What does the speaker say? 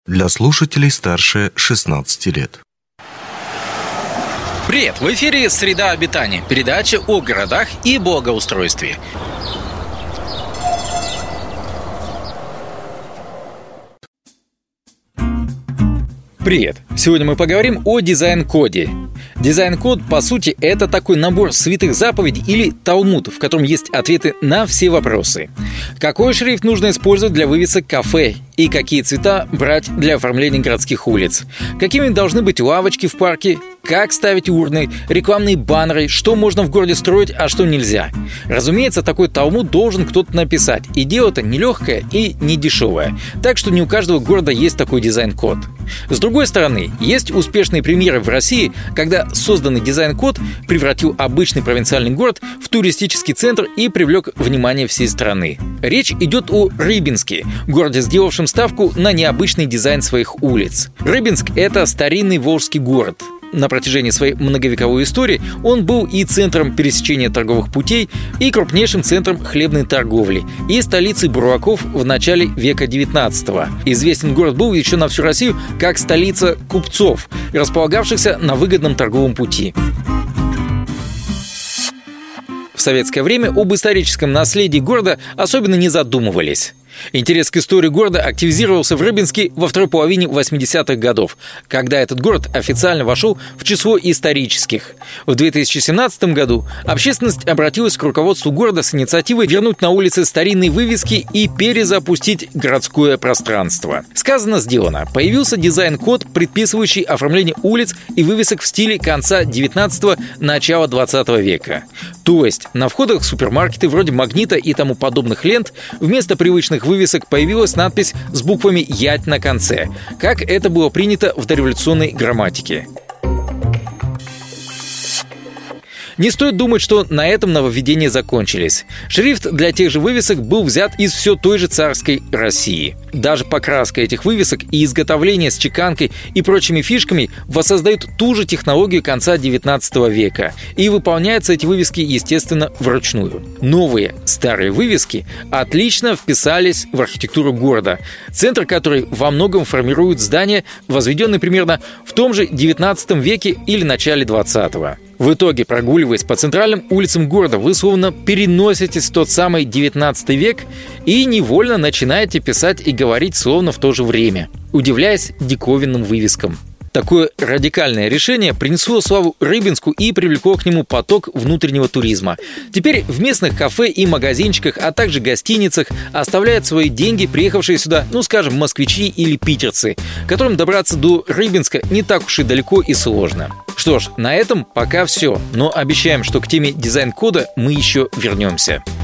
для слушателей старше 16 лет. Привет! В эфире «Среда обитания» – передача о городах и благоустройстве. Привет! Сегодня мы поговорим о дизайн-коде. Дизайн-код, по сути, это такой набор святых заповедей или талмуд, в котором есть ответы на все вопросы. Какой шрифт нужно использовать для вывесок кафе и какие цвета брать для оформления городских улиц? Какими должны быть лавочки в парке? Как ставить урны, рекламные баннеры, что можно в городе строить, а что нельзя? Разумеется, такой талмуд должен кто-то написать, и дело это нелегкое и не дешевое. Так что не у каждого города есть такой дизайн-код. С другой стороны, есть успешные примеры в России, когда созданный дизайн-код превратил обычный провинциальный город в туристический центр и привлек внимание всей страны. Речь идет о Рыбинске, городе, сделавшем ставку на необычный дизайн своих улиц. Рыбинск – это старинный волжский город. На протяжении своей многовековой истории он был и центром пересечения торговых путей, и крупнейшим центром хлебной торговли, и столицей бурлаков в начале века XIX. Известен город был еще на всю Россию как столица купцов, располагавшихся на выгодном торговом пути. В советское время об историческом наследии города особенно не задумывались. Интерес к истории города активизировался в Рыбинске во второй половине 80-х годов, когда этот город официально вошел в число исторических. В 2017 году общественность обратилась к руководству города с инициативой вернуть на улицы старинные вывески и перезапустить городское пространство. Сказано, сделано. Появился дизайн-код, предписывающий оформление улиц и вывесок в стиле конца 19-го, начала 20 века. То есть на входах в супермаркеты вроде «Магнита» и тому подобных лент вместо привычных вывесок появилась надпись с буквами «Ять» на конце, как это было принято в дореволюционной грамматике. Не стоит думать, что на этом нововведения закончились. Шрифт для тех же вывесок был взят из все той же царской России. Даже покраска этих вывесок и изготовление с чеканкой и прочими фишками воссоздают ту же технологию конца 19 века. И выполняются эти вывески, естественно, вручную. Новые, старые вывески отлично вписались в архитектуру города, центр которой во многом формирует здания, возведенные примерно в том же 19 веке или начале 20-го. В итоге, прогуливаясь по центральным улицам города, вы словно переноситесь в тот самый 19 век и невольно начинаете писать и говорить словно в то же время, удивляясь диковинным вывескам. Такое радикальное решение принесло славу Рыбинску и привлекло к нему поток внутреннего туризма. Теперь в местных кафе и магазинчиках, а также гостиницах оставляют свои деньги приехавшие сюда, скажем, москвичи или питерцы, которым добраться до Рыбинска не так уж и далеко и сложно. Что ж, на этом пока все, но обещаем, что к теме дизайн-кода мы еще вернемся.